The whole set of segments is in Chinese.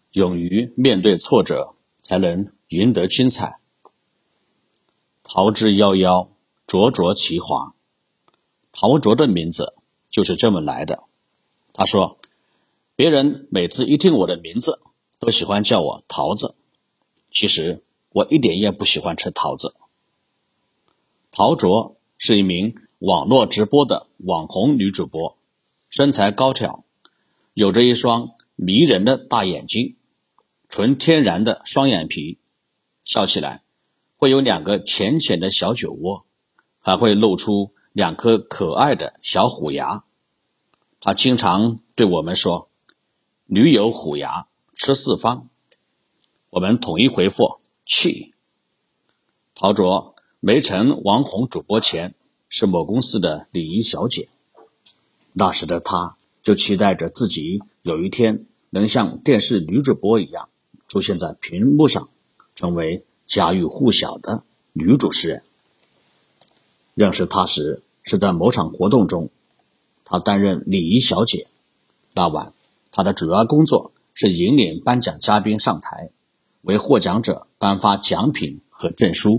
勇于面对挫折，才能赢得精彩。桃之夭夭，灼灼其华。陶灼的名字就是这么来的。他说，别人每次一听我的名字，都喜欢叫我桃子。其实我一点也不喜欢吃桃子。陶灼是一名网络直播的网红女主播，身材高挑，有着一双迷人的大眼睛，纯天然的双眼皮，笑起来会有2个浅浅的小酒窝，还会露出2颗可爱的小虎牙。她经常对我们说，女友虎牙吃四方。我们统一回复去。陶灼没成网红主播前是某公司的礼仪小姐，那时的她就期待着自己有一天能像电视女主播一样出现在屏幕上，成为家喻户晓的女主持人。认识她时是在某场活动中，她担任礼仪小姐。那晚她的主要工作是引领颁奖嘉宾上台，为获奖者颁发奖品和证书。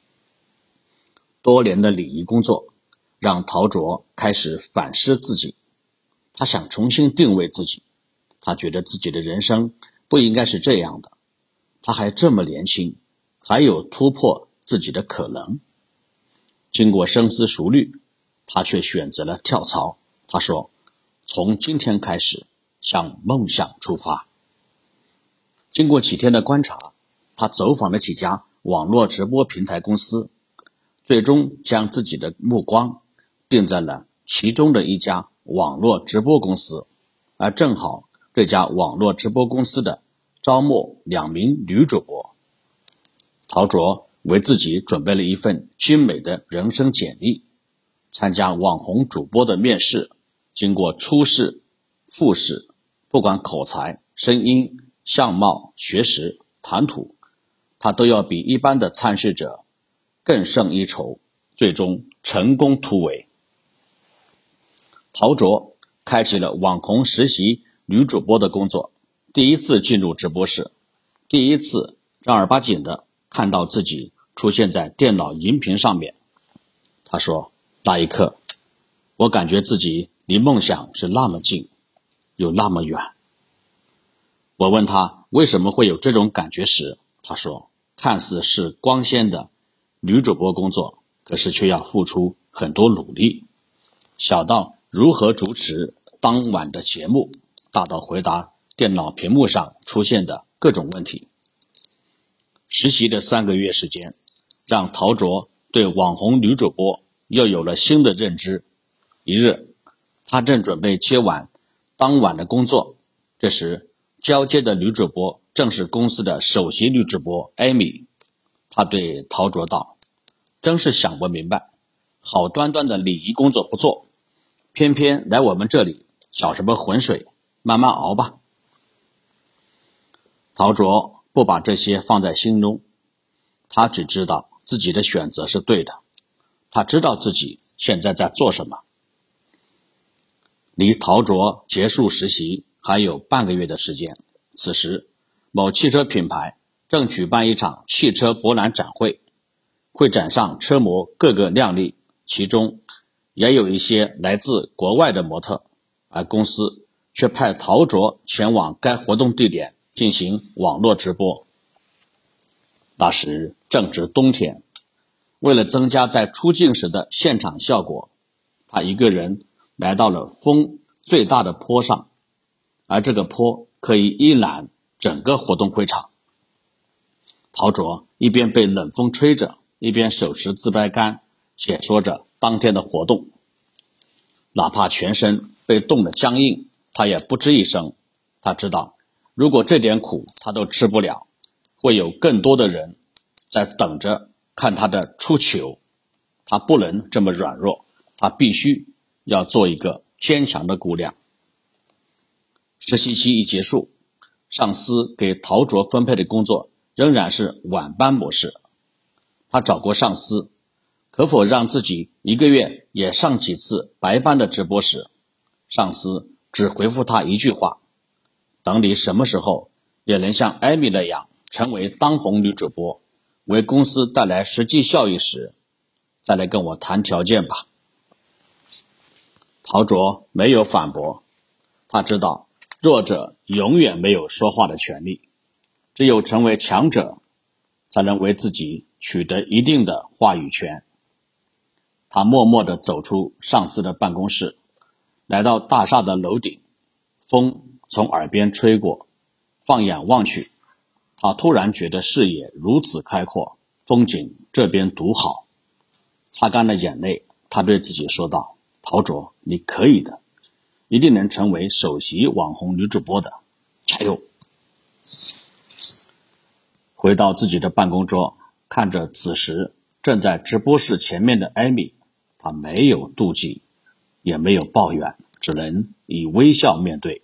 多年的礼仪工作让陶灼开始反思自己，他想重新定位自己，他觉得自己的人生不应该是这样的，他还这么年轻，还有突破自己的可能。经过深思熟虑，他却选择了跳槽。他说，从今天开始向梦想出发。经过几天的观察，他走访了几家网络直播平台公司，最终将自己的目光定在了其中的一家网络直播公司，而正好这家网络直播公司的招募2名女主播。陶灼为自己准备了一份精美的人生简历，参加网红主播的面试，经过初试、复试，不管口才、声音、相貌、学识、谈吐，他都要比一般的参试者更胜一筹，最终成功突围。陶灼开启了网红实习女主播的工作，第一次进入直播室，第一次正儿八经的看到自己出现在电脑荧屏上面。他说，那一刻我感觉自己离梦想是那么近，又那么远。我问他为什么会有这种感觉时，他说，看似是光鲜的女主播工作，可是却要付出很多努力，小到如何主持当晚的节目，大到回答电脑屏幕上出现的各种问题。实习的3个月时间，让陶灼对网红女主播又有了新的认知。一日，他正准备接完当晚的工作，这时交接的女主播正是公司的首席女主播艾米。他对陶灼道，真是想不明白，好端端的礼仪工作不做，偏偏来我们这里搅什么浑水，慢慢熬吧。陶灼不把这些放在心中，他只知道自己的选择是对的，他知道自己现在在做什么。离陶灼结束实习还有半个月的时间，此时某汽车品牌正举办一场汽车博览展会，会展上车模个个靓丽，其中也有一些来自国外的模特，而公司却派陶灼前往该活动地点进行网络直播。那时正值冬天，为了增加在出镜时的现场效果，他一个人来到了风最大的坡上，而这个坡可以一览整个活动会场。陶灼一边被冷风吹着，一边手持自拍杆解说着当天的活动。哪怕全身被冻得僵硬，他也不吱一声。他知道，如果这点苦他都吃不了，会有更多的人在等着看他的出糗。他不能这么软弱，他必须要做一个坚强的姑娘。实习期一结束，上司给陶灼分配的工作仍然是晚班模式。他找过上司，可否让自己一个月也上几次白班的直播时，上司只回复他一句话，等你什么时候也能像艾米那样成为当红女主播，为公司带来实际效益时，再来跟我谈条件吧。陶卓没有反驳，他知道弱者永远没有说话的权利，只有成为强者，才能为自己取得一定的话语权。他默默地走出上司的办公室，来到大厦的楼顶，风从耳边吹过，放眼望去，他突然觉得视野如此开阔，风景这边独好。擦干了眼泪，他对自己说道：陶卓，你可以的，一定能成为首席网红女主播的，加油！回到自己的办公桌，看着此时正在直播室前面的艾米，他没有妒忌，也没有抱怨，只能以微笑面对。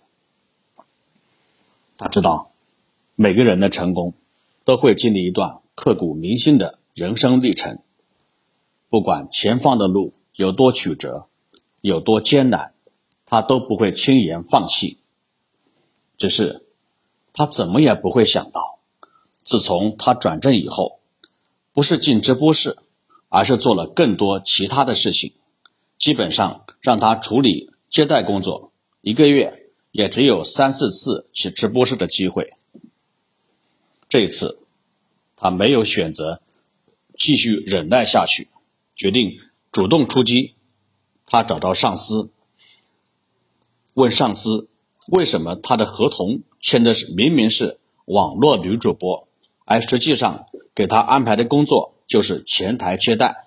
他知道每个人的成功都会经历一段刻骨铭心的人生历程，不管前方的路有多曲折，有多艰难，他都不会轻言放弃。只是他怎么也不会想到，自从他转正以后，不是进直播室，而是做了更多其他的事情，基本上让他处理接待工作，一个月也只有3-4次去直播室的机会。这一次他没有选择继续忍耐下去，决定主动出击。他找到上司，问上司为什么他的合同签的明明是网络女主播，而实际上给他安排的工作就是前台接待。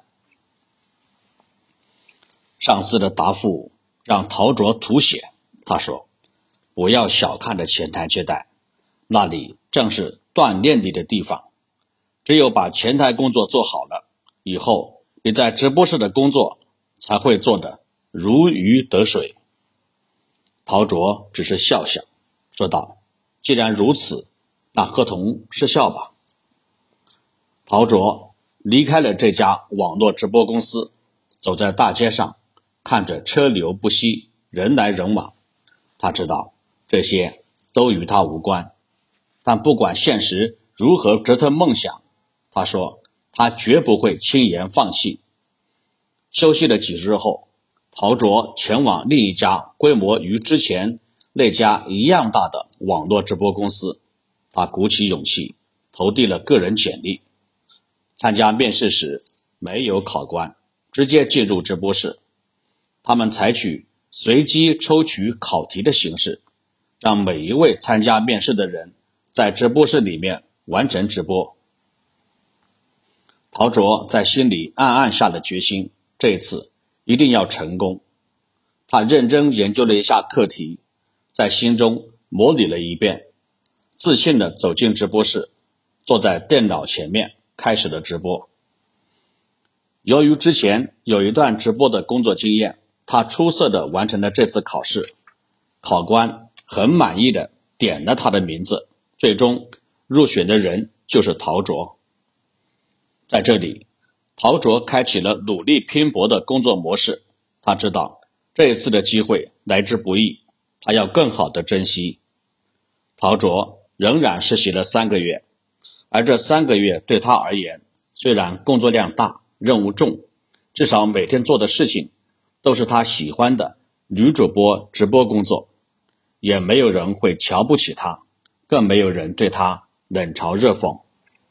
上司的答复让陶卓吐血，他说：不要小看了前台接待，那里正是锻炼你的地方，只有把前台工作做好了，以后你在直播室的工作才会做得如鱼得水。陶卓只是笑笑，说道：既然如此，那合同失效吧。陶卓离开了这家网络直播公司，走在大街上，看着车流不息，人来人往，他知道这些都与他无关，但不管现实如何折腾梦想，他说他绝不会轻言放弃。休息了几日后，陶卓前往另一家规模与之前那家一样大的网络直播公司，他鼓起勇气投递了个人简历。参加面试时没有考官，直接进入直播室。他们采取随机抽取考题的形式，让每一位参加面试的人在直播室里面完成直播。陶卓在心里暗暗下了决心，这一次一定要成功。他认真研究了一下课题，在心中模拟了一遍，自信地走进直播室，坐在电脑前面开始了直播。由于之前有一段直播的工作经验，他出色地完成了这次考试，考官很满意地点了他的名字，最终入选的人就是陶卓。在这里，陶卓开启了努力拼搏的工作模式，他知道这一次的机会来之不易，他要更好地珍惜。陶卓仍然实习了3个月，而这3个月对他而言，虽然工作量大，任务重，至少每天做的事情都是他喜欢的女主播直播工作，也没有人会瞧不起他，更没有人对他冷嘲热讽。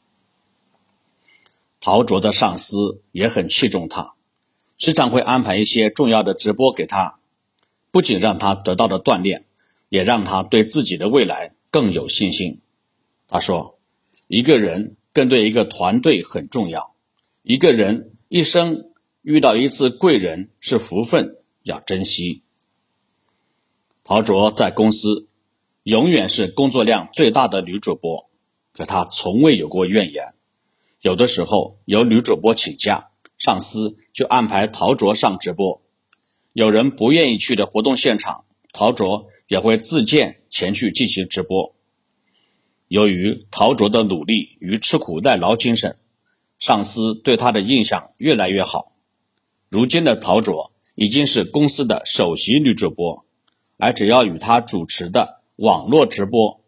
陶卓的上司也很器重他，时常会安排一些重要的直播给他，不仅让他得到了锻炼，也让他对自己的未来更有信心。他说，一个人跟对一个团队很重要，一个人一生遇到一次贵人是福分，要珍惜。陶卓在公司永远是工作量最大的女主播，可她从未有过怨言。有的时候有女主播请假，上司就安排陶卓上直播。有人不愿意去的活动现场，陶卓也会自荐前去进行直播。由于陶卓的努力与吃苦耐劳精神，上司对他的印象越来越好。如今的陶卓已经是公司的首席女主播，而只要与他主持的网络直播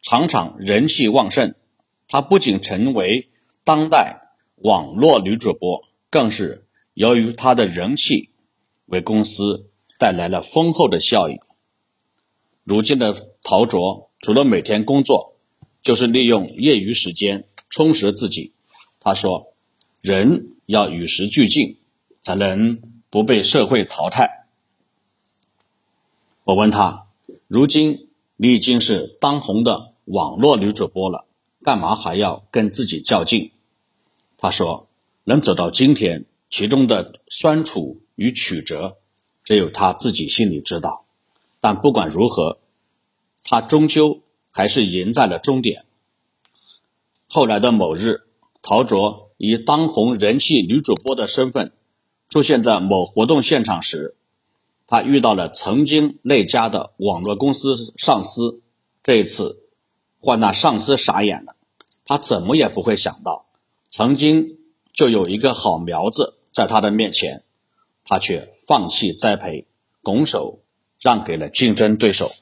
常常人气旺盛，她不仅成为当代网络女主播，更是由于她的人气为公司带来了丰厚的效益。如今的陶卓除了每天工作，就是利用业余时间充实自己。他说，人要与时俱进，才能不被社会淘汰。我问他，如今你已经是当红的网络女主播了，干嘛还要跟自己较劲？他说，能走到今天，其中的酸楚与曲折，只有他自己心里知道。但不管如何，他终究还是赢在了终点。后来的某日，陶卓以当红人气女主播的身份出现在某活动现场时，他遇到了曾经那家的网络公司上司。这一次换那上司傻眼了，他怎么也不会想到，曾经就有一个好苗子在他的面前，他却放弃栽培，拱手让给了竞争对手。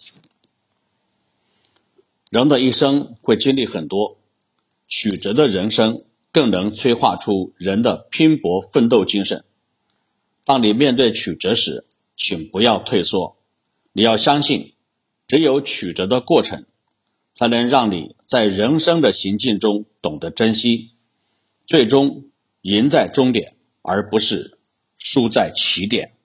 人的一生会经历很多，曲折的人生更能催化出人的拼搏奋斗精神。当你面对曲折时，请不要退缩，你要相信，只有曲折的过程，才能让你在人生的行进中懂得珍惜，最终赢在终点，而不是输在起点。